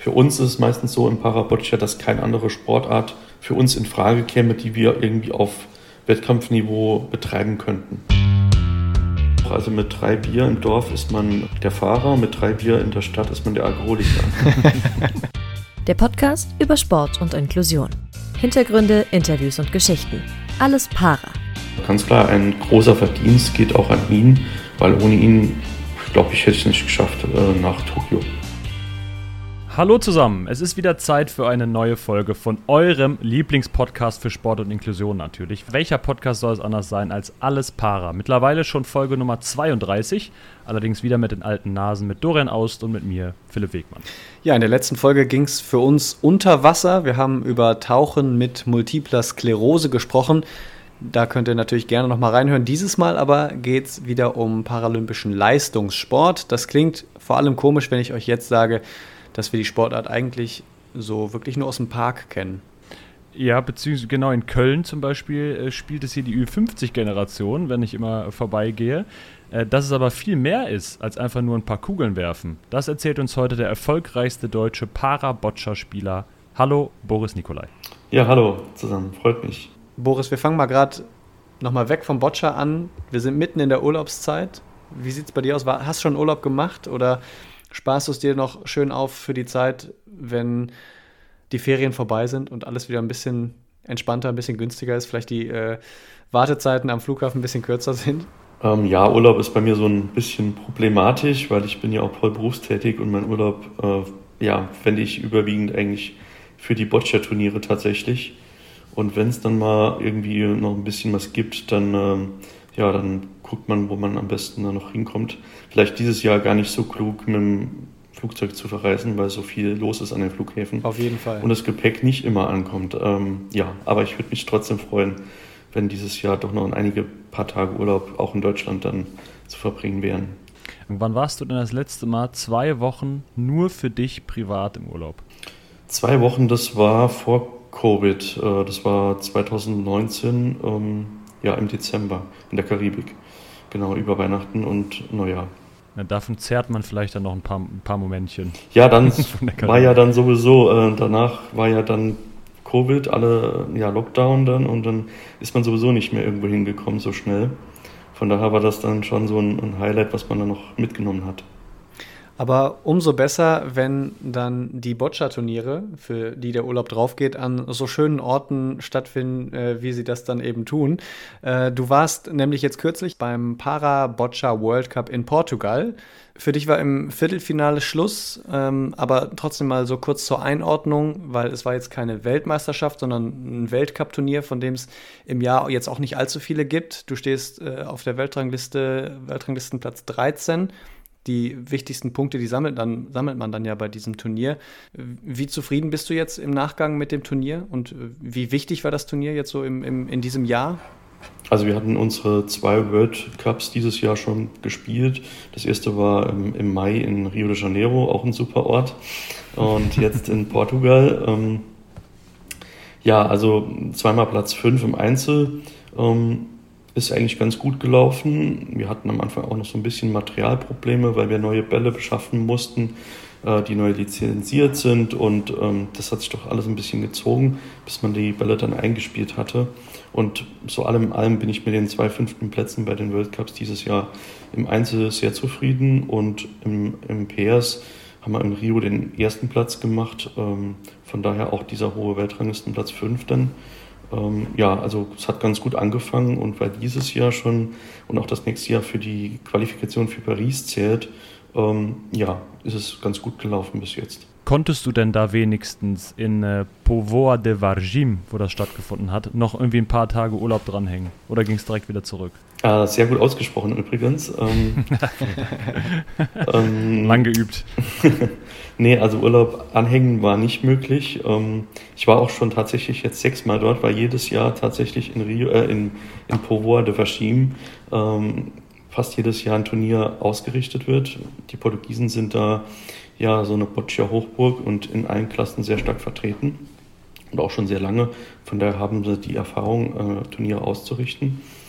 Für uns ist es meistens so im Para-Boccia, dass keine andere Sportart für uns in Frage käme, die wir irgendwie auf Wettkampfniveau betreiben könnten. Also mit 3 Bier im Dorf ist man der Fahrer, mit 3 Bier in der Stadt ist man der Alkoholiker. Der Podcast über Sport und Inklusion. Hintergründe, Interviews und Geschichten. Alles Para. Ganz klar, ein großer Verdienst geht auch an ihn, weil ohne ihn, glaube ich, hätte ich es nicht geschafft nach Tokio. Hallo zusammen, es ist wieder Zeit für eine neue Folge von eurem Lieblingspodcast für Sport und Inklusion natürlich. Welcher Podcast soll es anders sein als Alles Para? Mittlerweile schon Folge Nummer 32, allerdings wieder mit den alten Nasen, mit Dorian Aust und mit mir, Philipp Wegmann. Ja, in der letzten Folge ging es für uns unter Wasser. Wir haben über Tauchen mit multipler Sklerose gesprochen. Da könnt ihr natürlich gerne nochmal reinhören. Dieses Mal aber geht es wieder um paralympischen Leistungssport. Das klingt vor allem komisch, wenn ich euch jetzt sage, dass wir die Sportart eigentlich so wirklich nur aus dem Park kennen. Ja, beziehungsweise genau in Köln zum Beispiel spielt es hier die Ü50-Generation, wenn ich immer vorbeigehe. Dass es aber viel mehr ist, als einfach nur ein paar Kugeln werfen. Das erzählt uns heute der erfolgreichste deutsche Para-Boccia-Spieler. Hallo, Boris Nicolai. Ja, hallo zusammen, freut mich. Boris, wir fangen mal gerade nochmal weg vom Boccia an. Wir sind mitten in der Urlaubszeit. Wie sieht es bei dir aus? Hast du schon Urlaub gemacht oder sparst du es dir noch schön auf für die Zeit, wenn die Ferien vorbei sind und alles wieder ein bisschen entspannter, ein bisschen günstiger ist, vielleicht die Wartezeiten am Flughafen ein bisschen kürzer sind? Ja, Urlaub ist bei mir so ein bisschen problematisch, weil ich bin ja auch voll berufstätig und mein Urlaub wende ich überwiegend eigentlich für die Boccia-Turniere tatsächlich. Und wenn es dann mal irgendwie noch ein bisschen was gibt, dann guckt man, wo man am besten dann noch hinkommt. Vielleicht dieses Jahr gar nicht so klug, mit dem Flugzeug zu verreisen, weil so viel los ist an den Flughäfen. Auf jeden Fall. Und das Gepäck nicht immer ankommt. Aber ich würde mich trotzdem freuen, wenn dieses Jahr doch noch einige paar Tage Urlaub auch in Deutschland dann zu verbringen wären. Und wann warst du denn das letzte Mal 2 Wochen nur für dich privat im Urlaub? 2 Wochen, das war vor Covid. Das war 2019, im Dezember in der Karibik. Genau, über Weihnachten und Neujahr. Na, davon zehrt man vielleicht dann noch ein paar Momentchen. Ja, dann war ja dann sowieso, danach war ja dann Covid, alle Lockdown dann und dann ist man sowieso nicht mehr irgendwo hingekommen so schnell. Von daher war das dann schon so ein Highlight, was man dann noch mitgenommen hat. Aber umso besser, wenn dann die Boccia-Turniere, für die der Urlaub drauf geht, an so schönen Orten stattfinden, wie sie das dann eben tun. Du warst nämlich jetzt kürzlich beim Para-Boccia World Cup in Portugal. Für dich war im Viertelfinale Schluss, aber trotzdem mal so kurz zur Einordnung, weil es war jetzt keine Weltmeisterschaft, sondern ein Weltcup-Turnier, von dem es im Jahr jetzt auch nicht allzu viele gibt. Du stehst auf der Weltranglistenplatz 13. Die wichtigsten Punkte, die sammelt man dann ja bei diesem Turnier. Wie zufrieden bist du jetzt im Nachgang mit dem Turnier und wie wichtig war das Turnier jetzt so in diesem Jahr? Also wir hatten unsere 2 World Cups dieses Jahr schon gespielt. Das erste war im Mai in Rio de Janeiro, auch ein super Ort. Und jetzt in Portugal. Also zweimal Platz 5 im Einzel. Ist eigentlich ganz gut gelaufen. Wir hatten am Anfang auch noch so ein bisschen Materialprobleme, weil wir neue Bälle beschaffen mussten, die neu lizenziert sind und das hat sich doch alles ein bisschen gezogen, bis man die Bälle dann eingespielt hatte. Und so allem in allem bin ich mit den 2 5. Plätzen bei den World Cups dieses Jahr im Einzel sehr zufrieden und im PS haben wir in Rio den 1. Platz gemacht, von daher auch dieser hohe Weltranglistenplatz 5 dann. Also es hat ganz gut angefangen und weil dieses Jahr schon und auch das nächste Jahr für die Qualifikation für Paris zählt, ist es ganz gut gelaufen bis jetzt. Konntest du denn da wenigstens in Póvoa de Varzim, wo das stattgefunden hat, noch irgendwie ein paar Tage Urlaub dranhängen? Oder ging es direkt wieder zurück? Sehr gut ausgesprochen übrigens. Lang geübt. Nee, also Urlaub anhängen war nicht möglich. Ich war auch schon tatsächlich jetzt 6 Mal dort, weil jedes Jahr tatsächlich in Póvoa de Varzim fast jedes Jahr ein Turnier ausgerichtet wird. Die Portugiesen sind da so eine Boccia-Hochburg und in allen Klassen sehr stark vertreten und auch schon sehr lange. Von daher haben sie die Erfahrung, Turniere auszurichten.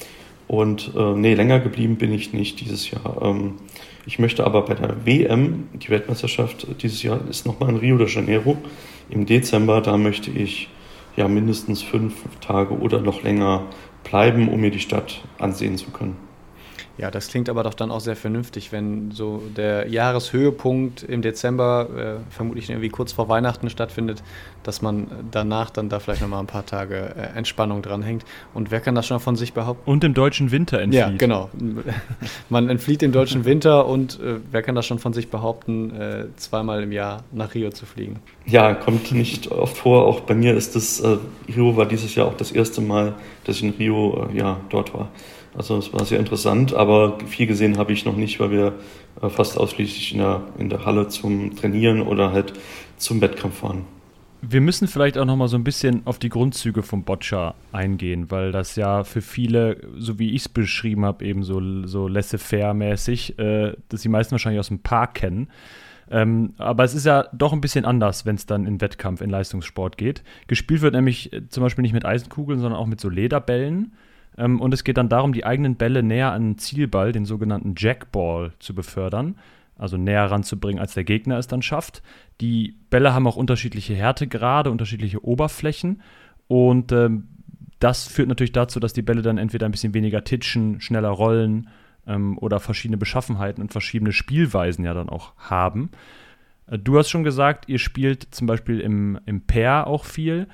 Und länger geblieben bin ich nicht dieses Jahr. Ich möchte aber bei der WM, die Weltmeisterschaft dieses Jahr ist nochmal in Rio de Janeiro im Dezember, da möchte ich ja mindestens 5 Tage oder noch länger bleiben, um mir die Stadt ansehen zu können. Ja, das klingt aber doch dann auch sehr vernünftig, wenn so der Jahreshöhepunkt im Dezember vermutlich irgendwie kurz vor Weihnachten stattfindet, dass man danach dann da vielleicht nochmal ein paar Tage Entspannung dranhängt. Und wer kann das schon von sich behaupten? Und im deutschen Winter entflieht. Ja, genau. Man entflieht im deutschen Winter und wer kann das schon von sich behaupten, 2-mal im Jahr nach Rio zu fliegen? Ja, kommt nicht oft vor. Auch bei mir ist das, Rio war dieses Jahr auch das erste Mal, dass ich in Rio dort war. Also es war sehr interessant, aber viel gesehen habe ich noch nicht, weil wir fast ausschließlich in der Halle zum Trainieren oder halt zum Wettkampf fahren. Wir müssen vielleicht auch noch mal so ein bisschen auf die Grundzüge vom Boccia eingehen, weil das ja für viele, so wie ich es beschrieben habe, eben so laissez-faire-mäßig, dass die meisten wahrscheinlich aus dem Park kennen. Aber es ist ja doch ein bisschen anders, wenn es dann in Wettkampf, in Leistungssport geht. Gespielt wird nämlich zum Beispiel nicht mit Eisenkugeln, sondern auch mit so Lederbällen. Und es geht dann darum, die eigenen Bälle näher an den Zielball, den sogenannten Jackball, zu befördern. Also näher ranzubringen, als der Gegner es dann schafft. Die Bälle haben auch unterschiedliche Härtegrade, unterschiedliche Oberflächen. Und das führt natürlich dazu, dass die Bälle dann entweder ein bisschen weniger titschen, schneller rollen oder verschiedene Beschaffenheiten und verschiedene Spielweisen ja dann auch haben. Du hast schon gesagt, ihr spielt zum Beispiel im Pair auch viel.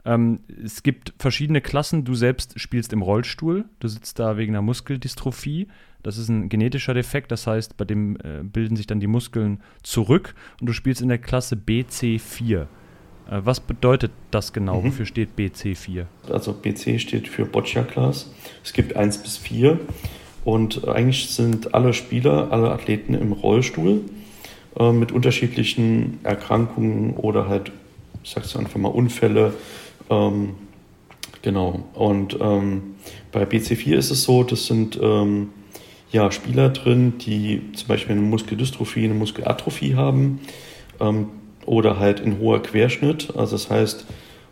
Es gibt verschiedene Klassen. Du selbst spielst im Rollstuhl. Du sitzt da wegen einer Muskeldystrophie. Das ist ein genetischer Defekt. Das heißt, bei dem bilden sich dann die Muskeln zurück. Und du spielst in der Klasse BC4. Was bedeutet das genau? Wofür steht BC4? Also BC steht für Boccia Class. Es gibt 1 bis 4. Und eigentlich sind alle Spieler, alle Athleten im Rollstuhl mit unterschiedlichen Erkrankungen oder halt, ich sag's einfach mal, Unfälle. Genau. Und bei BC4 ist es so, das sind Spieler drin, die zum Beispiel eine Muskeldystrophie, eine Muskelatrophie haben oder halt in hoher Querschnitt. Also das heißt,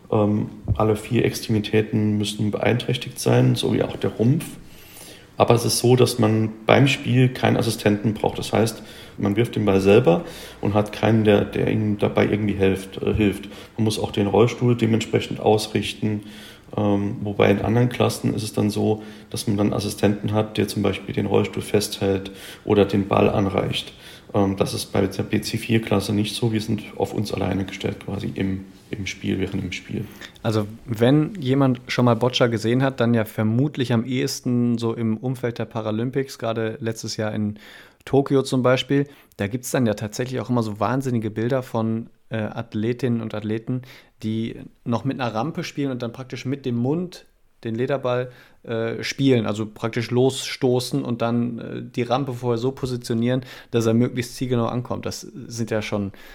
alle 4 Extremitäten müssen beeinträchtigt sein, so wie auch der Rumpf. Aber es ist so, dass man beim Spiel keinen Assistenten braucht. Das heißt, man wirft den Ball selber und hat keinen, der ihm dabei irgendwie hilft. Man muss auch den Rollstuhl dementsprechend ausrichten. Wobei in anderen Klassen ist es dann so, dass man dann Assistenten hat, der zum Beispiel den Rollstuhl festhält oder den Ball anreicht. Das ist bei der BC4-Klasse nicht so. Wir sind auf uns alleine gestellt quasi im Spiel, während im Spiel. Also wenn jemand schon mal Boccia gesehen hat, dann ja vermutlich am ehesten so im Umfeld der Paralympics, gerade letztes Jahr in Tokio zum Beispiel. Da gibt es dann ja tatsächlich auch immer so wahnsinnige Bilder von Athletinnen und Athleten, die noch mit einer Rampe spielen und dann praktisch mit dem Mund den Lederball spielen, also praktisch losstoßen und dann die Rampe vorher so positionieren, dass er möglichst zielgenau ankommt. Das ist ja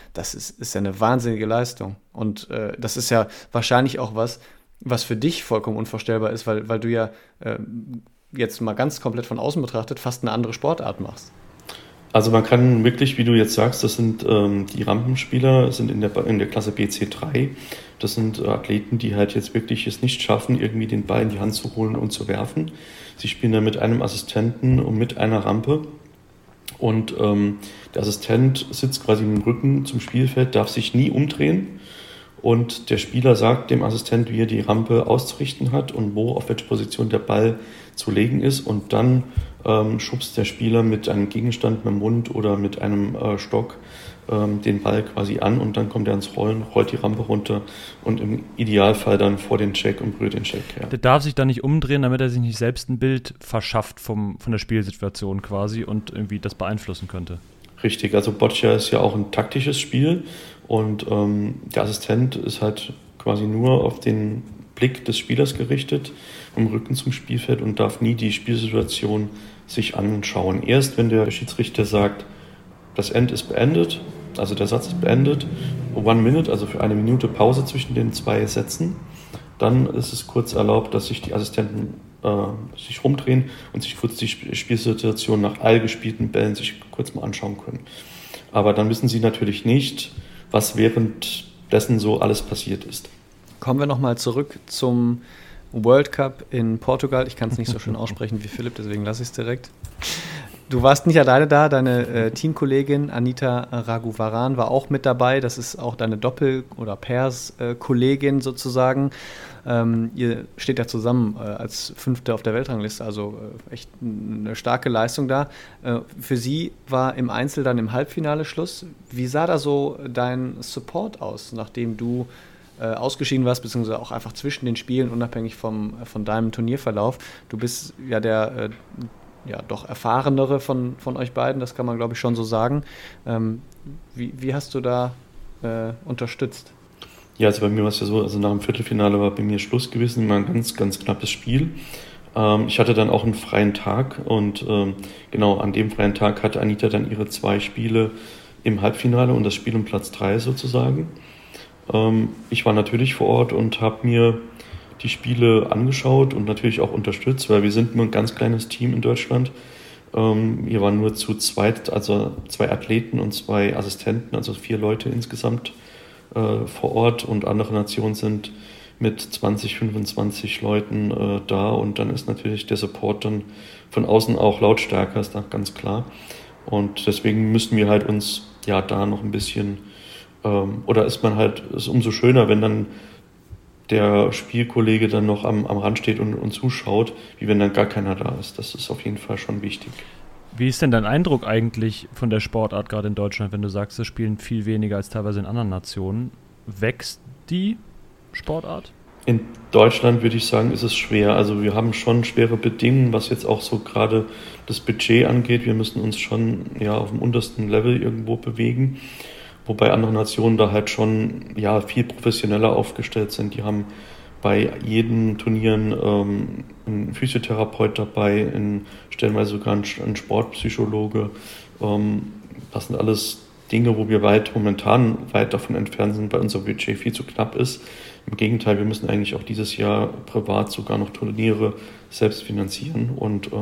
eine wahnsinnige Leistung. Und das ist ja wahrscheinlich auch was für dich vollkommen unvorstellbar ist, weil du ja jetzt mal ganz komplett von außen betrachtet fast eine andere Sportart machst. Also man kann wirklich, wie du jetzt sagst, das sind die Rampenspieler, sind in der Klasse BC3. Das sind Athleten, die halt jetzt wirklich es nicht schaffen, irgendwie den Ball in die Hand zu holen und zu werfen. Sie spielen dann mit einem Assistenten und mit einer Rampe. Und der Assistent sitzt quasi mit dem Rücken zum Spielfeld, darf sich nie umdrehen. Und der Spieler sagt dem Assistent, wie er die Rampe auszurichten hat und auf welche Position der Ball zu legen ist. Und dann schubst der Spieler mit einem Gegenstand, mit dem Mund oder mit einem Stock den Ball quasi an und dann kommt er ins Rollen, rollt die Rampe runter und im Idealfall dann vor den Check und berührt den Check. Ja. Der darf sich da nicht umdrehen, damit er sich nicht selbst ein Bild verschafft von der Spielsituation quasi und irgendwie das beeinflussen könnte. Richtig, also Boccia ist ja auch ein taktisches Spiel und der Assistent ist halt quasi nur auf den Blick des Spielers gerichtet, im Rücken zum Spielfeld und darf nie die Spielsituation sich anschauen. Erst wenn der Schiedsrichter sagt, das End ist beendet, also der Satz ist beendet, 1 Minute, also für 1 Minute Pause zwischen den 2 Sätzen, dann ist es kurz erlaubt, dass sich die Assistenten sich rumdrehen und sich kurz die Spielsituation nach all gespielten Bällen sich kurz mal anschauen können. Aber dann wissen sie natürlich nicht, was währenddessen so alles passiert ist. Kommen wir nochmal zurück zum World Cup in Portugal. Ich kann es nicht so schön aussprechen wie Philipp, deswegen lasse ich es direkt. Du warst nicht alleine da, deine Teamkollegin Anita Raghuvaran war auch mit dabei. Das ist auch deine Doppel- oder Pairs-Kollegin sozusagen. Ihr steht ja zusammen als Fünfte auf der Weltrangliste, also echt eine starke Leistung da. Für sie war im Einzel dann im Halbfinale Schluss. Wie sah da so dein Support aus, nachdem du ausgeschieden warst, beziehungsweise auch einfach zwischen den Spielen, unabhängig von deinem Turnierverlauf? Du bist ja der doch erfahrenere von euch beiden, das kann man, glaube ich, schon so sagen. Wie hast du da unterstützt? Ja, also bei mir war es ja so, also nach dem Viertelfinale war bei mir Schluss gewesen, war ein ganz, ganz knappes Spiel. Ich hatte dann auch einen freien Tag und genau an dem freien Tag hatte Anita dann ihre 2 Spiele im Halbfinale und das Spiel um Platz 3 sozusagen. Ich war natürlich vor Ort und habe mir die Spiele angeschaut und natürlich auch unterstützt, weil wir sind nur ein ganz kleines Team in Deutschland. Wir waren nur zu zweit, also 2 Athleten und 2 Assistenten, also 4 Leute insgesamt vor Ort, und andere Nationen sind mit 20, 25 Leuten da, und dann ist natürlich der Support dann von außen auch lautstärker, ist da ganz klar. Und deswegen müssten wir halt uns ja da noch ein bisschen, oder ist umso schöner, wenn dann der Spielkollege dann noch am Rand steht und zuschaut, wie wenn dann gar keiner da ist. Das ist auf jeden Fall schon wichtig. Wie ist denn dein Eindruck eigentlich von der Sportart gerade in Deutschland, wenn du sagst, es spielen viel weniger als teilweise in anderen Nationen? Wächst die Sportart? In Deutschland würde ich sagen, ist es schwer. Also wir haben schon schwere Bedingungen, was jetzt auch so gerade das Budget angeht. Wir müssen uns schon auf dem untersten Level irgendwo bewegen. Wobei andere Nationen da halt schon viel professioneller aufgestellt sind. Die haben bei jedem Turnieren einen Physiotherapeut dabei, stellenweise sogar einen Sportpsychologe. Das sind alles Dinge, wo wir momentan weit davon entfernt sind, weil unser Budget viel zu knapp ist. Im Gegenteil, wir müssen eigentlich auch dieses Jahr privat sogar noch Turniere selbst finanzieren. Und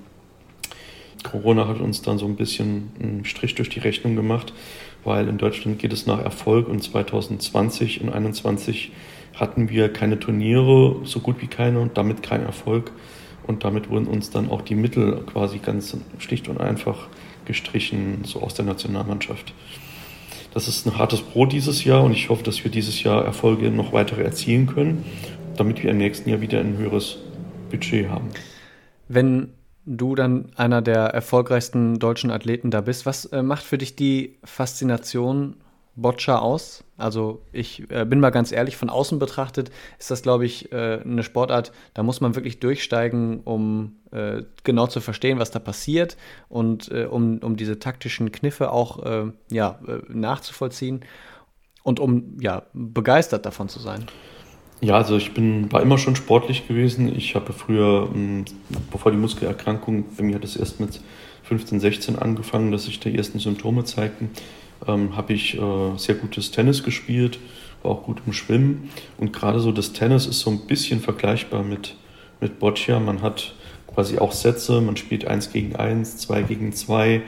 Corona hat uns dann so ein bisschen einen Strich durch die Rechnung gemacht, weil in Deutschland geht es nach Erfolg, und 2020 und 2021 hatten wir keine Turniere, so gut wie keine, und damit kein Erfolg. Und damit wurden uns dann auch die Mittel quasi ganz schlicht und einfach gestrichen, so aus der Nationalmannschaft. Das ist ein hartes Brot dieses Jahr, und ich hoffe, dass wir dieses Jahr Erfolge noch weitere erzielen können, damit wir im nächsten Jahr wieder ein höheres Budget haben. Wenn du dann einer der erfolgreichsten deutschen Athleten da bist, was macht für dich die Faszination Boccia aus? Also ich bin mal ganz ehrlich, von außen betrachtet ist das, glaube ich, eine Sportart, da muss man wirklich durchsteigen, um genau zu verstehen, was da passiert, und um diese taktischen Kniffe auch nachzuvollziehen und um begeistert davon zu sein. Ja, also war immer schon sportlich gewesen. Ich habe früher, bevor die Muskelerkrankung, bei mir hat es erst mit 15, 16 angefangen, dass sich die ersten Symptome zeigten, habe ich sehr gutes Tennis gespielt, war auch gut im Schwimmen. Und gerade so das Tennis ist so ein bisschen vergleichbar mit Boccia. Man hat quasi auch Sätze, man spielt 1 gegen 1, 2 gegen 2.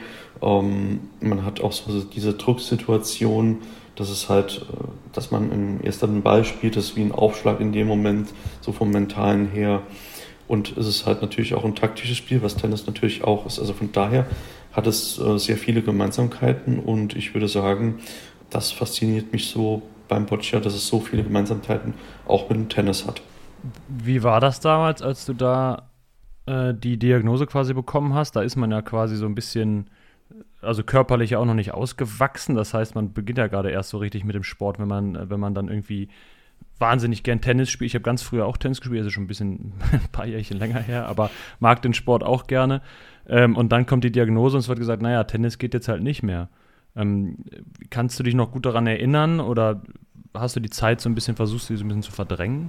Man hat auch so diese Drucksituation, das ist halt, dass man erst dann einen Ball spielt, das ist wie ein Aufschlag in dem Moment, so vom Mentalen her. Und es ist halt natürlich auch ein taktisches Spiel, was Tennis natürlich auch ist. Also von daher hat es sehr viele Gemeinsamkeiten, und ich würde sagen, das fasziniert mich so beim Boccia, dass es so viele Gemeinsamkeiten auch mit dem Tennis hat. Wie war das damals, als du da die Diagnose quasi bekommen hast? Da ist man ja quasi so ein bisschen, also körperlich auch noch nicht ausgewachsen. Das heißt, man beginnt ja gerade erst so richtig mit dem Sport, wenn man dann irgendwie wahnsinnig gern Tennis spielt. Ich habe ganz früher auch Tennis gespielt, also schon ein paar Jährchen länger her, aber mag den Sport auch gerne. Und dann kommt die Diagnose und es wird gesagt, naja, Tennis geht jetzt halt nicht mehr. Kannst du dich noch gut daran erinnern, oder hast du die Zeit versuchst du die so ein bisschen zu verdrängen?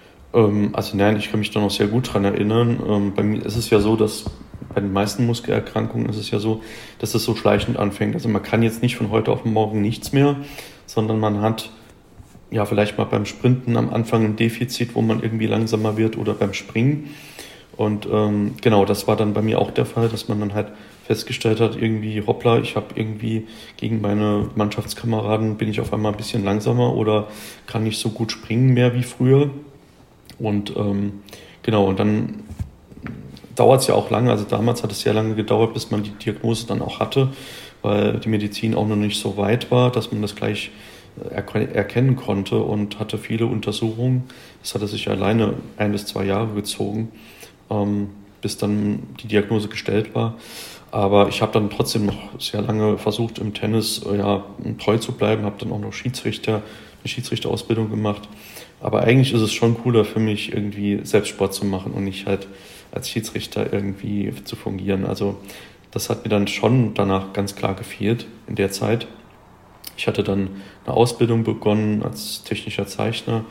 Also nein, ich kann mich da noch sehr gut dran erinnern. Bei mir ist es ja so, dass bei den meisten Muskelerkrankungen ist es ja so, dass es so schleichend anfängt. Also man kann jetzt nicht von heute auf morgen nichts mehr, sondern man hat vielleicht mal beim Sprinten am Anfang ein Defizit, wo man irgendwie langsamer wird, oder beim Springen. Und genau, das war dann bei mir auch der Fall, dass man dann halt festgestellt hat, irgendwie, hoppla, ich habe irgendwie gegen meine Mannschaftskameraden bin ich auf einmal ein bisschen langsamer oder kann nicht so gut springen mehr wie früher. Und genau, und dann dauert es ja auch lange, also damals hat es sehr lange gedauert, bis man die Diagnose dann auch hatte, weil die Medizin auch noch nicht so weit war, dass man das gleich erkennen konnte und hatte viele Untersuchungen. Das hatte sich alleine 1 bis 2 Jahre gezogen, bis dann die Diagnose gestellt war. Aber ich habe dann trotzdem noch sehr lange versucht, im Tennis treu zu bleiben, habe dann auch noch eine Schiedsrichterausbildung gemacht. Aber eigentlich ist es schon cooler für mich, irgendwie selbst Sport zu machen und nicht halt als Schiedsrichter irgendwie zu fungieren. Also das hat mir dann schon danach ganz klar gefehlt in der Zeit. Ich hatte dann eine Ausbildung begonnen als technischer Zeichner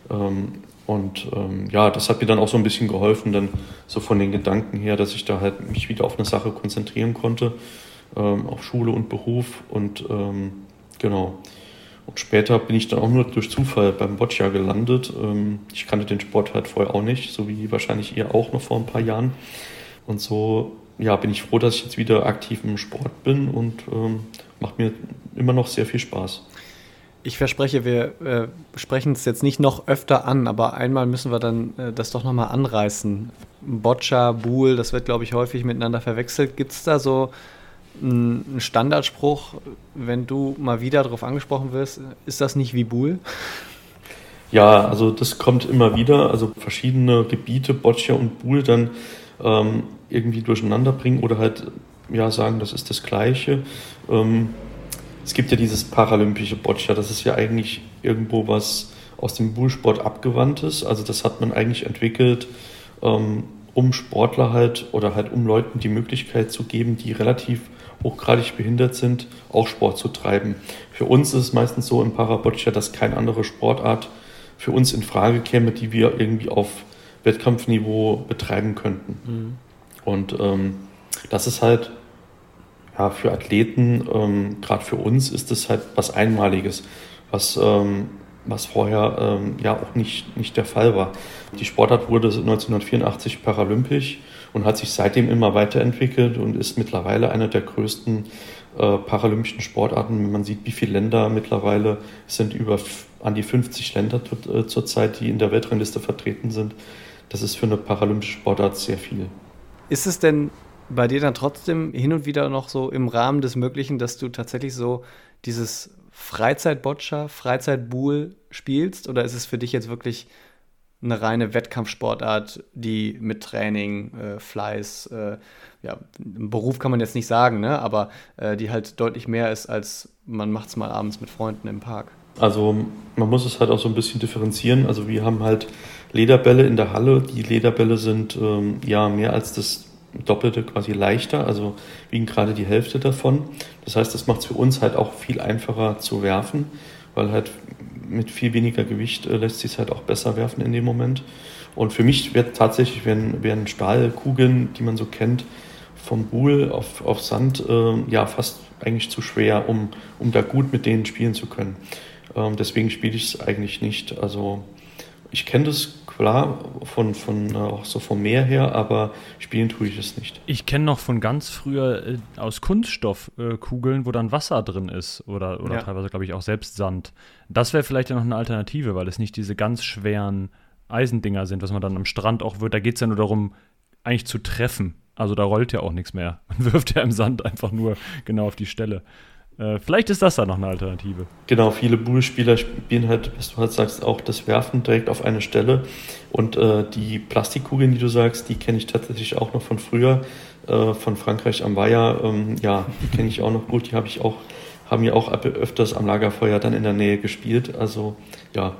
das hat mir dann auch so ein bisschen geholfen, dann so von den Gedanken her, dass ich da halt mich wieder auf eine Sache konzentrieren konnte, auf Schule und Beruf und genau. Und später bin ich dann auch nur durch Zufall beim Boccia gelandet. Ich kannte den Sport halt vorher auch nicht, so wie wahrscheinlich ihr auch noch vor ein paar Jahren. Und so bin ich froh, dass ich jetzt wieder aktiv im Sport bin und macht mir immer noch sehr viel Spaß. Ich verspreche, wir sprechen es jetzt nicht noch öfter an, aber einmal müssen wir dann das doch nochmal anreißen. Boccia, Boule, das wird, glaube ich, häufig miteinander verwechselt. Gibt es da so einen Standardspruch, wenn du mal wieder darauf angesprochen wirst, ist das nicht wie Boule? Ja, also das kommt immer wieder, also verschiedene Gebiete, Boccia und Boule dann irgendwie durcheinander bringen oder halt sagen, das ist das Gleiche. Es gibt ja dieses paralympische Boccia, das ist ja eigentlich irgendwo was aus dem Boule-Sport abgewandtes. Also das hat man eigentlich entwickelt, um Sportler halt oder halt um Leuten die Möglichkeit zu geben, die relativ hochgradig behindert sind, auch Sport zu treiben. Für uns ist es meistens so im Paraboccia, dass keine andere Sportart für uns in Frage käme, die wir irgendwie auf Wettkampfniveau betreiben könnten. Mhm. Und das ist halt für Athleten, gerade für uns, ist das halt was Einmaliges, was vorher auch nicht der Fall war. Die Sportart wurde 1984 paralympisch und hat sich seitdem immer weiterentwickelt und ist mittlerweile einer der größten paralympischen Sportarten. Wenn man sieht, wie viele Länder mittlerweile sind, an die 50 Länder zurzeit, die in der Weltrangliste vertreten sind. Das ist für eine paralympische Sportart sehr viel. Ist es denn bei dir dann trotzdem hin und wieder noch so im Rahmen des Möglichen, dass du tatsächlich so dieses Freizeit-Boccia, Freizeit-Boule spielst? Oder ist es für dich jetzt wirklich eine reine Wettkampfsportart, die mit Training, Fleiß, Beruf kann man jetzt nicht sagen, ne? Aber die halt deutlich mehr ist, als man macht es mal abends mit Freunden im Park? Also man muss es halt auch so ein bisschen differenzieren. Also wir haben halt Lederbälle in der Halle. Die Lederbälle sind mehr als das Doppelte quasi leichter, also wiegen gerade die Hälfte davon. Das heißt, das macht es für uns halt auch viel einfacher zu werfen, weil halt mit viel weniger Gewicht lässt sich es halt auch besser werfen in dem Moment. Und für mich wären Stahlkugeln, die man so kennt, vom Boule auf Sand fast eigentlich zu schwer, um da gut mit denen spielen zu können. Deswegen spiele ich es eigentlich nicht. Also ich kenne das klar auch so vom Meer her, aber spielen tue ich es nicht. Ich kenne noch von ganz früher aus Kunststoff Kugeln, wo dann Wasser drin ist oder teilweise, glaube ich, auch selbst Sand. Das wäre vielleicht ja noch eine Alternative, weil es nicht diese ganz schweren Eisendinger sind, was man dann am Strand auch wird. Da geht es ja nur darum, eigentlich zu treffen. Also da rollt ja auch nichts mehr. Man wirft ja im Sand einfach nur genau auf die Stelle. Vielleicht ist das da noch eine Alternative. Genau, viele Boule-Spieler spielen halt, was du halt sagst, auch das Werfen direkt auf eine Stelle. Und die Plastikkugeln, die du sagst, die kenne ich tatsächlich auch noch von früher, von Frankreich am Weiher. Die kenne ich auch noch gut. Die haben ja auch öfters am Lagerfeuer dann in der Nähe gespielt. Also ja,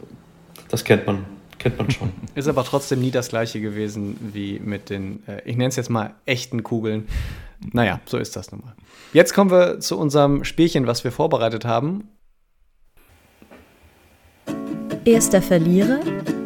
das kennt man schon. Ist aber trotzdem nie das Gleiche gewesen wie mit den, ich nenne es jetzt mal, echten Kugeln. Naja, so ist das nun mal. Jetzt kommen wir zu unserem Spielchen, was wir vorbereitet haben. Erster Verlierer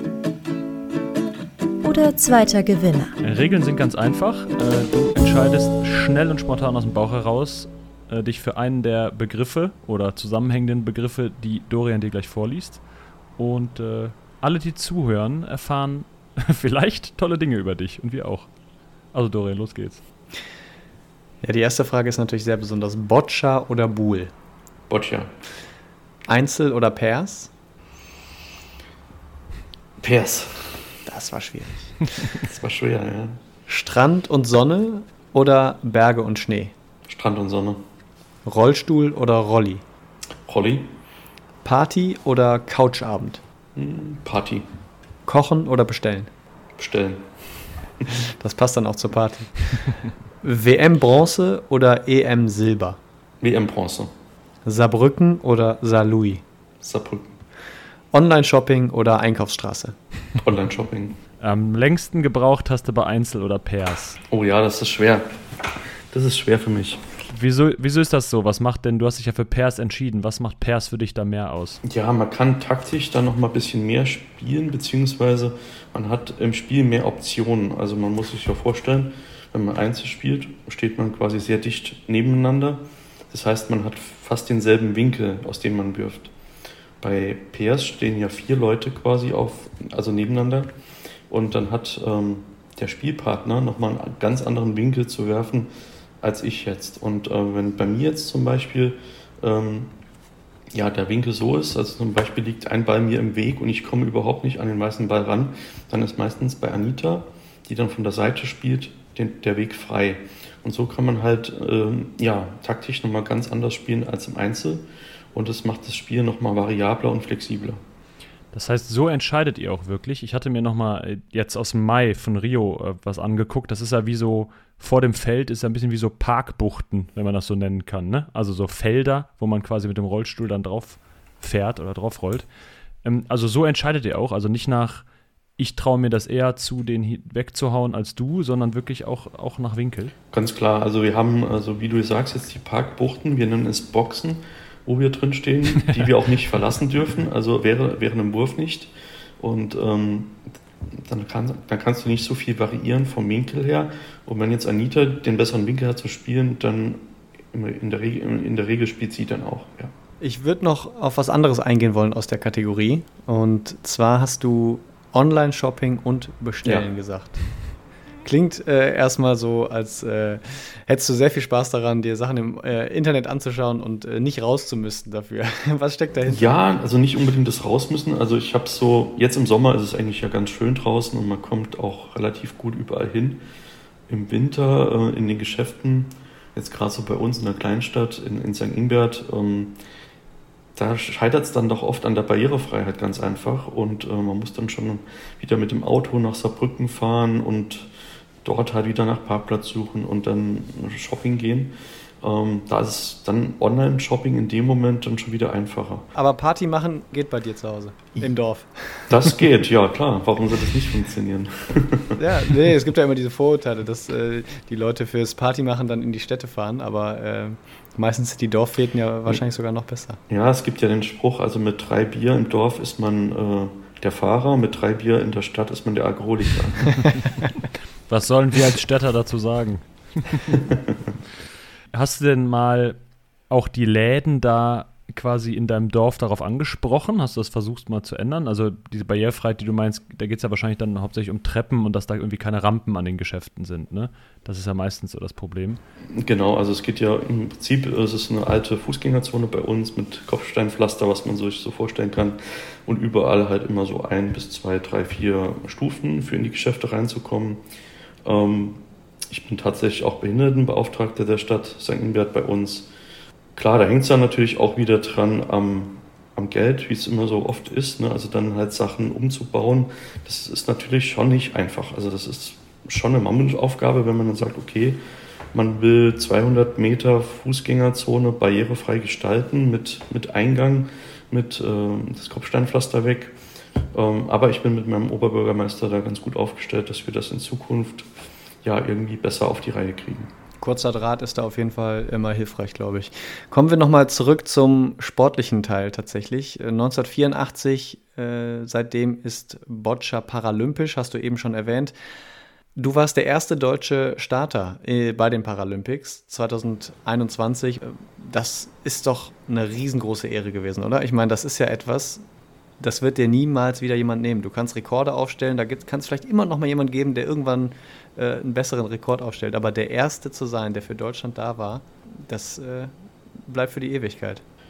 oder zweiter Gewinner? Regeln sind ganz einfach. Du entscheidest schnell und spontan aus dem Bauch heraus dich für einen der Begriffe oder zusammenhängenden Begriffe, die Dorian dir gleich vorliest. Und alle, die zuhören, erfahren vielleicht tolle Dinge über dich und wir auch. Also Dorian, los geht's. Ja, die erste Frage ist natürlich sehr besonders. Boccia oder Boule? Boccia. Einzel oder Pairs? Pairs. Das war schwierig. Das war schwer, ja. Strand und Sonne oder Berge und Schnee? Strand und Sonne. Rollstuhl oder Rolli? Rolli. Party oder Couchabend? Party. Kochen oder bestellen? Bestellen. Das passt dann auch zur Party. WM Bronze oder EM Silber? WM Bronze. Saarbrücken oder Saarlouis? Saarbrücken. Online-Shopping oder Einkaufsstraße? Online-Shopping. Am längsten gebraucht hast du bei Einzel oder Pairs? Oh ja, das ist schwer. Das ist schwer für mich. Wieso ist das so? Was macht denn, du hast dich ja für Pairs entschieden, was macht Pairs für dich da mehr aus? Ja, man kann taktisch dann noch mal ein bisschen mehr spielen, beziehungsweise man hat im Spiel mehr Optionen. Also man muss sich ja vorstellen, wenn man Einzel spielt, steht man quasi sehr dicht nebeneinander. Das heißt, man hat fast denselben Winkel, aus dem man wirft. Bei Pairs stehen ja 4 Leute quasi also nebeneinander. Und dann hat der Spielpartner nochmal einen ganz anderen Winkel zu werfen als ich jetzt. Und wenn bei mir jetzt zum Beispiel der Winkel so ist, also zum Beispiel liegt ein Ball mir im Weg und ich komme überhaupt nicht an den weißen Ball ran, dann ist meistens bei Anita, die dann von der Seite spielt, der Weg frei. Und so kann man halt taktisch nochmal ganz anders spielen als im Einzel. Und das macht das Spiel nochmal variabler und flexibler. Das heißt, so entscheidet ihr auch wirklich. Ich hatte mir nochmal jetzt aus dem Mai von Rio was angeguckt. Das ist ja wie so, vor dem Feld ist ja ein bisschen wie so Parkbuchten, wenn man das so nennen kann. Ne? Also so Felder, wo man quasi mit dem Rollstuhl dann drauf fährt oder drauf rollt. Also so entscheidet ihr auch. Also nicht nach, ich traue mir das eher zu, den wegzuhauen als du, sondern wirklich auch nach Winkel. Ganz klar. Also wir haben, also wie du sagst, jetzt die Parkbuchten. Wir nennen es Boxen, wo wir drin stehen, die wir auch nicht verlassen dürfen, also während dem Wurf nicht. Und dann kannst du nicht so viel variieren vom Winkel her. Und wenn jetzt Anita den besseren Winkel hat zu spielen, dann in der Regel spielt sie dann auch. Ja. Ich würde noch auf was anderes eingehen wollen aus der Kategorie. Und zwar hast du Online-Shopping und Bestellen gesagt. Klingt erstmal so, als hättest du sehr viel Spaß daran, dir Sachen im Internet anzuschauen und nicht rauszumüssen dafür. Was steckt dahinter? Ja, also nicht unbedingt das rausmüssen. Also ich habe so, jetzt im Sommer ist es eigentlich ja ganz schön draußen und man kommt auch relativ gut überall hin. Im Winter in den Geschäften, jetzt gerade so bei uns in der Kleinstadt in St. Ingbert, da scheitert es dann doch oft an der Barrierefreiheit ganz einfach. Und man muss dann schon wieder mit dem Auto nach Saarbrücken fahren und dort halt wieder nach Parkplatz suchen und dann Shopping gehen. Da ist dann Online-Shopping in dem Moment dann schon wieder einfacher. Aber Party machen geht bei dir zu Hause, im Dorf. Das geht, ja klar. Warum soll das nicht funktionieren? Ja, nee, es gibt ja immer diese Vorurteile, dass die Leute fürs Party machen dann in die Städte fahren, aber meistens sind die Dorffäden ja wahrscheinlich sogar noch besser. Ja, es gibt ja den Spruch, also mit 3 Bier im Dorf ist man der Fahrer, mit 3 Bier in der Stadt ist man der Alkoholiker. Was sollen wir als Städter dazu sagen? Hast du denn mal auch die Läden da quasi in deinem Dorf darauf angesprochen? Hast du das versucht mal zu ändern? Also diese Barrierefreiheit, die du meinst, da geht es ja wahrscheinlich dann hauptsächlich um Treppen und dass da irgendwie keine Rampen an den Geschäften sind, ne? Das ist ja meistens so das Problem. Genau, also es geht ja im Prinzip, es ist eine alte Fußgängerzone bei uns mit Kopfsteinpflaster, was man sich so vorstellen kann. Und überall halt immer so 1 bis 2, 3, 4 Stufen für in die Geschäfte reinzukommen. Ich bin tatsächlich auch Behindertenbeauftragter der Stadt St. Ingbert bei uns. Klar, da hängt es dann natürlich auch wieder dran am Geld, wie es immer so oft ist, ne? Also dann halt Sachen umzubauen, das ist natürlich schon nicht einfach. Also das ist schon eine Mammutaufgabe, wenn man dann sagt, okay, man will 200 Meter Fußgängerzone barrierefrei gestalten mit Eingang, mit das Kopfsteinpflaster weg. Aber ich bin mit meinem Oberbürgermeister da ganz gut aufgestellt, dass wir das in Zukunft ja irgendwie besser auf die Reihe kriegen. Kurzer Draht ist da auf jeden Fall immer hilfreich, glaube ich. Kommen wir nochmal zurück zum sportlichen Teil tatsächlich. 1984, seitdem ist Boccia paralympisch, hast du eben schon erwähnt. Du warst der erste deutsche Starter bei den Paralympics 2021. Das ist doch eine riesengroße Ehre gewesen, oder? Ich meine, das ist ja etwas, das wird dir niemals wieder jemand nehmen. Du kannst Rekorde aufstellen, da kann es vielleicht immer noch mal jemand geben, der irgendwann einen besseren Rekord aufstellt. Aber der Erste zu sein, der für Deutschland da war, das bleibt für die Ewigkeit.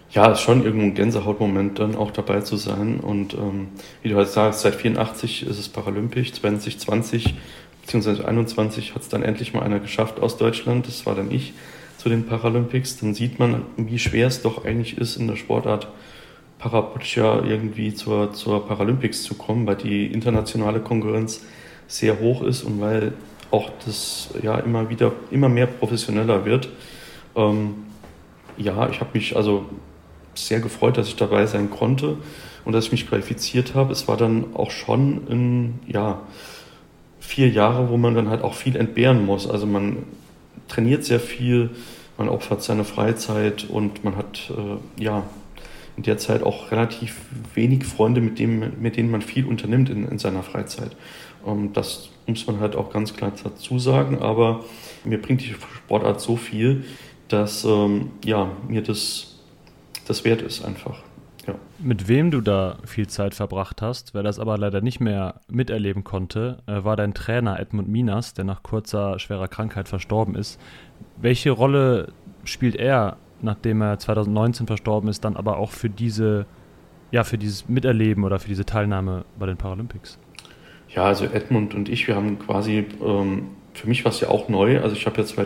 Ja, ist schon irgendwo ein Gänsehautmoment, dann auch dabei zu sein. Und wie du halt sagst, seit 1984 ist es paralympisch, 2020 bzw. 2021 hat es dann endlich mal einer geschafft aus Deutschland. Das war dann ich zu den Paralympics. Dann sieht man, wie schwer es doch eigentlich ist, in der Sportart Para-Boccia irgendwie zur Paralympics zu kommen, weil die internationale Konkurrenz sehr hoch ist und weil auch das ja immer mehr professioneller wird. Ich habe mich also sehr gefreut, dass ich dabei sein konnte und dass ich mich qualifiziert habe. Es war dann auch schon 4 Jahre, wo man dann halt auch viel entbehren muss. Also man trainiert sehr viel, man opfert seine Freizeit und man hat in der Zeit auch relativ wenig Freunde, mit denen man viel unternimmt in seiner Freizeit. Das muss man halt auch ganz klar dazu sagen, aber mir bringt die Sportart so viel, dass mir das wert ist einfach. Ja. Mit wem du da viel Zeit verbracht hast, wer das aber leider nicht mehr miterleben konnte, war dein Trainer Edmund Minas, der nach kurzer, schwerer Krankheit verstorben ist. Welche Rolle spielt er, nachdem er 2019 verstorben ist, dann aber auch für dieses Miterleben oder für diese Teilnahme bei den Paralympics? Ja, also Edmund und ich, wir haben quasi, für mich war es ja auch neu, also ich habe ja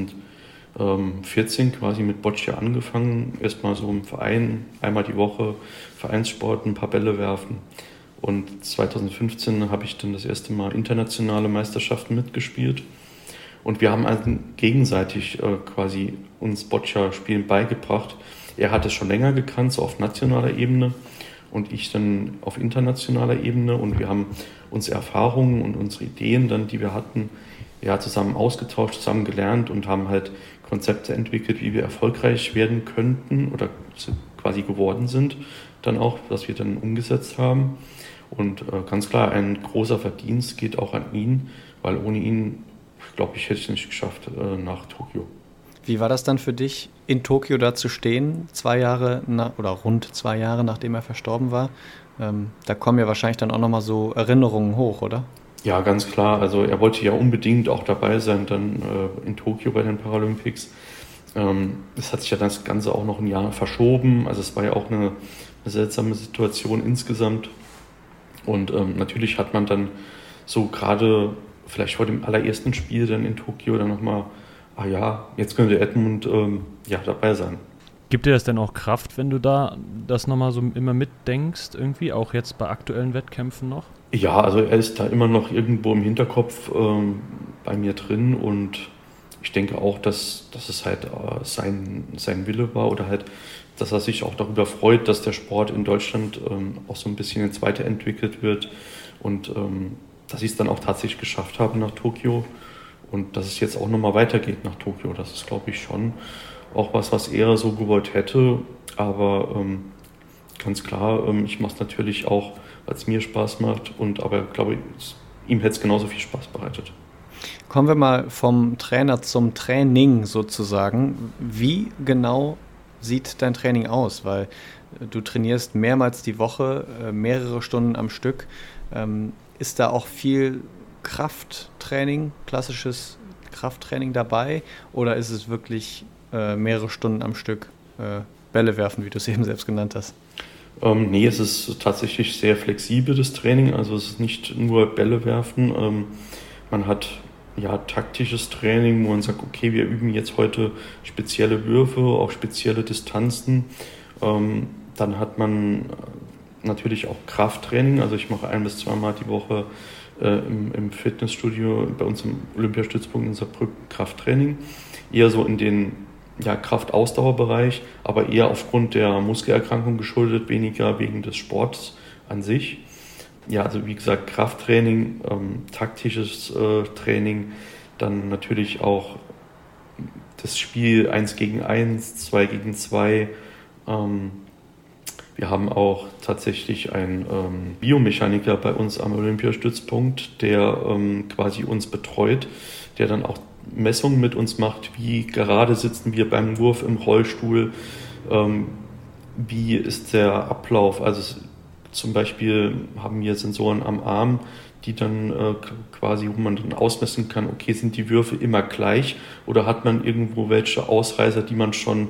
2014 quasi mit Boccia angefangen, erstmal so im Verein, einmal die Woche Vereinssport, ein paar Bälle werfen. Und 2015 habe ich dann das erste Mal internationale Meisterschaften mitgespielt. Und wir haben also gegenseitig quasi uns Boccia-Spielen beigebracht. Er hat es schon länger gekannt, so auf nationaler Ebene und ich dann auf internationaler Ebene. Und wir haben unsere Erfahrungen und unsere Ideen dann, die wir hatten, ja, zusammen ausgetauscht, zusammen gelernt und haben halt Konzepte entwickelt, wie wir erfolgreich werden könnten oder quasi geworden sind, dann auch, was wir dann umgesetzt haben. Und ganz klar, ein großer Verdienst geht auch an ihn, weil ohne ihn, glaube ich, hätte ich es nicht geschafft nach Tokio. Wie war das dann für dich, in Tokio da zu stehen, rund 2 Jahre nachdem er verstorben war? Da kommen ja wahrscheinlich dann auch nochmal so Erinnerungen hoch, oder? Ja, ganz klar. Also er wollte ja unbedingt auch dabei sein, dann in Tokio bei den Paralympics. Es hat sich ja das Ganze auch noch ein Jahr verschoben. Also es war ja auch eine seltsame Situation insgesamt. Und natürlich hat man dann so gerade vielleicht vor dem allerersten Spiel dann in Tokio dann nochmal, jetzt könnte Edmund dabei sein. Gibt dir das denn auch Kraft, wenn du da das nochmal so immer mitdenkst, irgendwie, auch jetzt bei aktuellen Wettkämpfen noch? Ja, also er ist da immer noch irgendwo im Hinterkopf bei mir drin und ich denke auch, dass es halt sein Wille war oder halt, dass er sich auch darüber freut, dass der Sport in Deutschland auch so ein bisschen jetzt weiterentwickelt wird und dass ich es dann auch tatsächlich geschafft habe nach Tokio und dass es jetzt auch nochmal weitergeht nach Tokio. Das ist, glaube ich, schon auch was er so gewollt hätte, aber ganz klar, ich mache es natürlich auch, weil es mir Spaß macht, aber ich glaube, ihm hätte es genauso viel Spaß bereitet. Kommen wir mal vom Trainer zum Training sozusagen. Wie genau sieht dein Training aus? Weil du trainierst mehrmals die Woche, mehrere Stunden am Stück. Ist da auch viel Krafttraining, klassisches Krafttraining dabei? Oder ist es wirklich mehrere Stunden am Stück Bälle werfen, wie du es eben selbst genannt hast? Nee, es ist tatsächlich sehr flexibel, das Training. Also es ist nicht nur Bälle werfen. Man hat taktisches Training, wo man sagt, okay, wir üben jetzt heute spezielle Würfe, auch spezielle Distanzen. Dann hat man natürlich auch Krafttraining. Also ich mache 1- bis 2-mal die Woche im Fitnessstudio bei uns im Olympiastützpunkt in Saarbrücken Krafttraining. Eher so in den Kraft-Ausdauerbereich, aber eher aufgrund der Muskelerkrankung geschuldet, weniger wegen des Sports an sich. Ja, also wie gesagt, Krafttraining, taktisches Training, dann natürlich auch das Spiel 1 gegen 1, 2 gegen 2. Wir haben auch tatsächlich einen Biomechaniker bei uns am Olympiastützpunkt, der quasi uns betreut, der dann auch Messungen mit uns macht, wie gerade sitzen wir beim Wurf im Rollstuhl, wie ist der Ablauf. Also zum Beispiel haben wir Sensoren am Arm, die dann wo man dann ausmessen kann, okay, sind die Würfe immer gleich oder hat man irgendwo welche Ausreißer, die man schon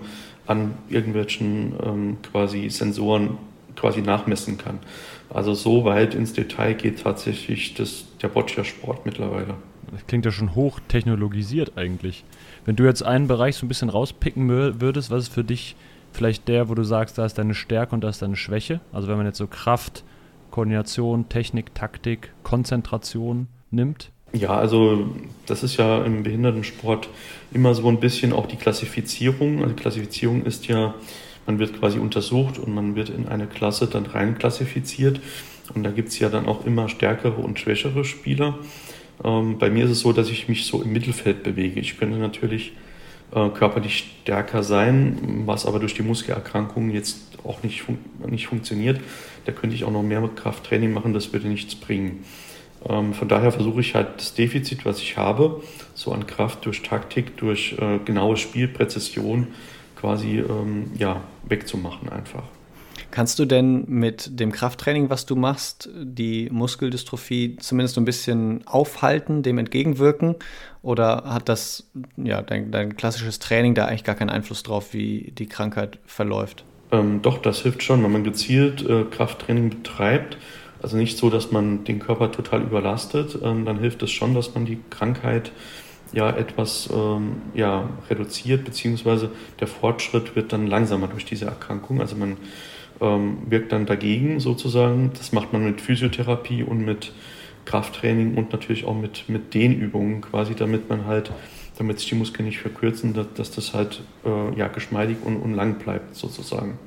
an irgendwelchen quasi Sensoren quasi nachmessen kann. Also so weit ins Detail geht tatsächlich der Boccia-Sport mittlerweile. Das klingt ja schon hochtechnologisiert eigentlich. Wenn du jetzt einen Bereich so ein bisschen rauspicken würdest, was ist für dich vielleicht der, wo du sagst, da ist deine Stärke und da ist deine Schwäche? Also wenn man jetzt so Kraft, Koordination, Technik, Taktik, Konzentration nimmt? Ja, also das ist ja im Behindertensport immer so ein bisschen auch die Klassifizierung. Also Klassifizierung ist ja, man wird quasi untersucht und man wird in eine Klasse dann rein klassifiziert. Und da gibt es ja dann auch immer stärkere und schwächere Spieler. Bei mir ist es so, dass ich mich so im Mittelfeld bewege. Ich könnte natürlich körperlich stärker sein, was aber durch die Muskelerkrankungen jetzt auch nicht funktioniert. Da könnte ich auch noch mehr Krafttraining machen, das würde nichts bringen. Von daher versuche ich halt das Defizit, was ich habe, so an Kraft durch Taktik, durch genaue Spielpräzision quasi wegzumachen einfach. Kannst du denn mit dem Krafttraining, was du machst, die Muskeldystrophie zumindest ein bisschen aufhalten, dem entgegenwirken? Oder hat das dein klassisches Training da eigentlich gar keinen Einfluss drauf, wie die Krankheit verläuft? Doch, das hilft schon, wenn man gezielt Krafttraining betreibt. Also nicht so, dass man den Körper total überlastet, dann hilft es schon, dass man die Krankheit etwas reduziert, beziehungsweise der Fortschritt wird dann langsamer durch diese Erkrankung. Also man wirkt dann dagegen sozusagen. Das macht man mit Physiotherapie und mit Krafttraining und natürlich auch mit Dehnübungen quasi, damit sich die Muskeln nicht verkürzen, dass das halt geschmeidig und lang bleibt sozusagen.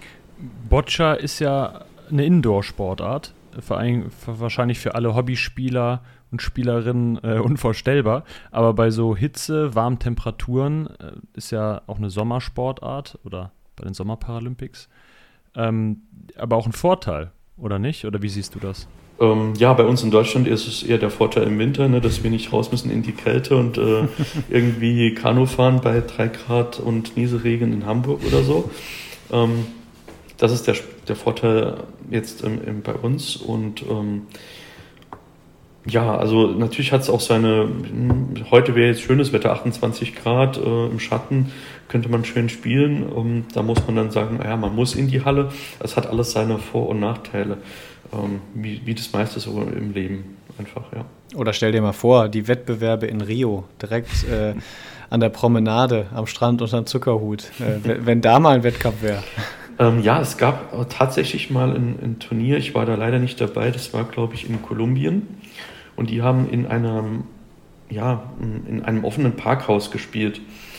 Boccia ist ja eine Indoor-Sportart, wahrscheinlich für alle Hobbyspieler und Spielerinnen unvorstellbar, aber bei so Hitze, warmen Temperaturen ist ja auch eine Sommersportart oder bei den Sommerparalympics, aber auch ein Vorteil, oder nicht? Oder wie siehst du das? Bei uns in Deutschland ist es eher der Vorteil im Winter, ne, dass wir nicht raus müssen in die Kälte und irgendwie Kanu fahren bei 3 Grad und Nieselregen in Hamburg oder so. Das ist der Vorteil jetzt bei uns und also natürlich hat es auch heute wäre jetzt schönes Wetter, 28 Grad im Schatten, könnte man schön spielen. Da muss man dann sagen, man muss in die Halle. Es hat alles seine Vor- und Nachteile, wie das meiste so im Leben einfach, ja. Oder stell dir mal vor, die Wettbewerbe in Rio, direkt an der Promenade, am Strand unter dem Zuckerhut, wenn da mal ein Wettkampf wäre. Es gab tatsächlich mal ein Turnier, ich war da leider nicht dabei, das war, glaube ich, in Kolumbien. Und die haben in einem offenen Parkhaus gespielt.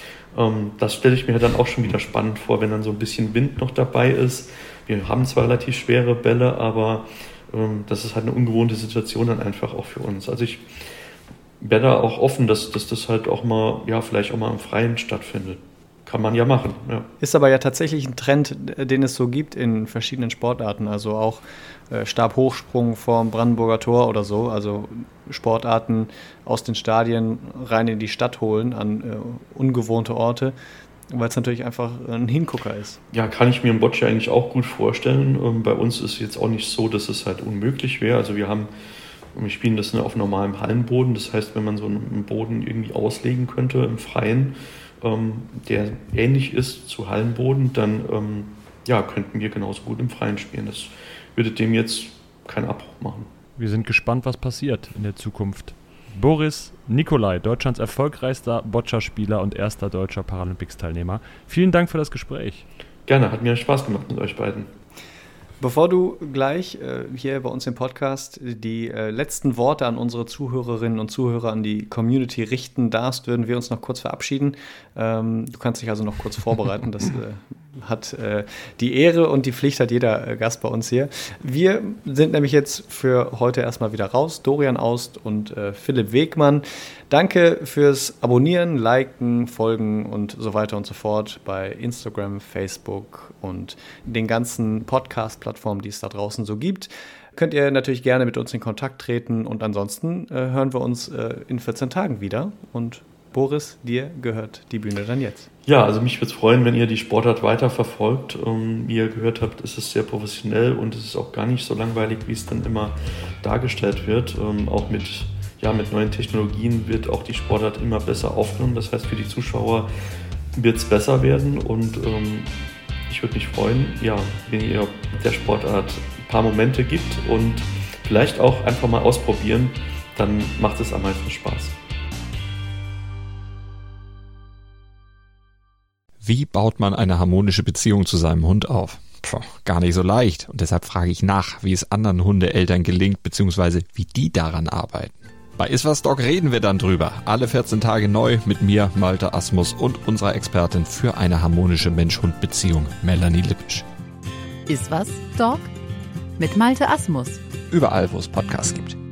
Das stelle ich mir dann auch schon wieder spannend vor, wenn dann so ein bisschen Wind noch dabei ist. Wir haben zwar relativ schwere Bälle, aber das ist halt eine ungewohnte Situation dann einfach auch für uns. Also ich wäre da auch offen, dass das halt auch mal, vielleicht auch mal im Freien stattfindet. Kann man ja machen, ja. Ist aber ja tatsächlich ein Trend, den es so gibt in verschiedenen Sportarten, also auch Stabhochsprung vorm Brandenburger Tor oder so, also Sportarten aus den Stadien rein in die Stadt holen an ungewohnte Orte, weil es natürlich einfach ein Hingucker ist. Ja, kann ich mir im Boccia eigentlich auch gut vorstellen. Bei uns ist es jetzt auch nicht so, dass es halt unmöglich wäre. Also wir spielen das auf normalem Hallenboden, das heißt, wenn man so einen Boden irgendwie auslegen könnte im Freien, der ähnlich ist zu Hallenboden, dann könnten wir genauso gut im Freien spielen. Das würde dem jetzt keinen Abbruch machen. Wir sind gespannt, was passiert in der Zukunft. Boris Nicolai, Deutschlands erfolgreichster Boccia-Spieler und erster deutscher Paralympics-Teilnehmer. Vielen Dank für das Gespräch. Gerne, hat mir Spaß gemacht mit euch beiden. Bevor du gleich hier bei uns im Podcast die letzten Worte an unsere Zuhörerinnen und Zuhörer, an die Community richten darfst, würden wir uns noch kurz verabschieden. Du kannst dich also noch kurz vorbereiten. Das hat die Ehre und die Pflicht hat jeder Gast bei uns hier. Wir sind nämlich jetzt für heute erstmal wieder raus. Dorian Aust und Philipp Wegmann. Danke fürs Abonnieren, Liken, Folgen und so weiter und so fort bei Instagram, Facebook und den ganzen Podcast-Plattformen, die es da draußen so gibt. Könnt ihr natürlich gerne mit uns in Kontakt treten und ansonsten hören wir uns in 14 Tagen wieder. Und Boris, dir gehört die Bühne dann jetzt. Ja, also mich würde es freuen, wenn ihr die Sportart weiter verfolgt. Wie ihr gehört habt, ist es sehr professionell und es ist auch gar nicht so langweilig, wie es dann immer dargestellt wird. Auch mit neuen Technologien wird auch die Sportart immer besser aufgenommen. Das heißt, für die Zuschauer wird es besser werden und ich würde mich freuen, ja, wenn ihr der Sportart ein paar Momente gibt und vielleicht auch einfach mal ausprobieren, dann macht es am meisten Spaß. Wie baut man eine harmonische Beziehung zu seinem Hund auf? Gar nicht so leicht und deshalb frage ich nach, wie es anderen Hundeeltern gelingt bzw. wie die daran arbeiten. Bei Iswas Dog reden wir dann drüber. Alle 14 Tage neu mit mir, Malte Asmus und unserer Expertin für eine harmonische Mensch-Hund-Beziehung, Melanie Lippisch. Iswas Dog mit Malte Asmus. Überall, wo es Podcasts gibt.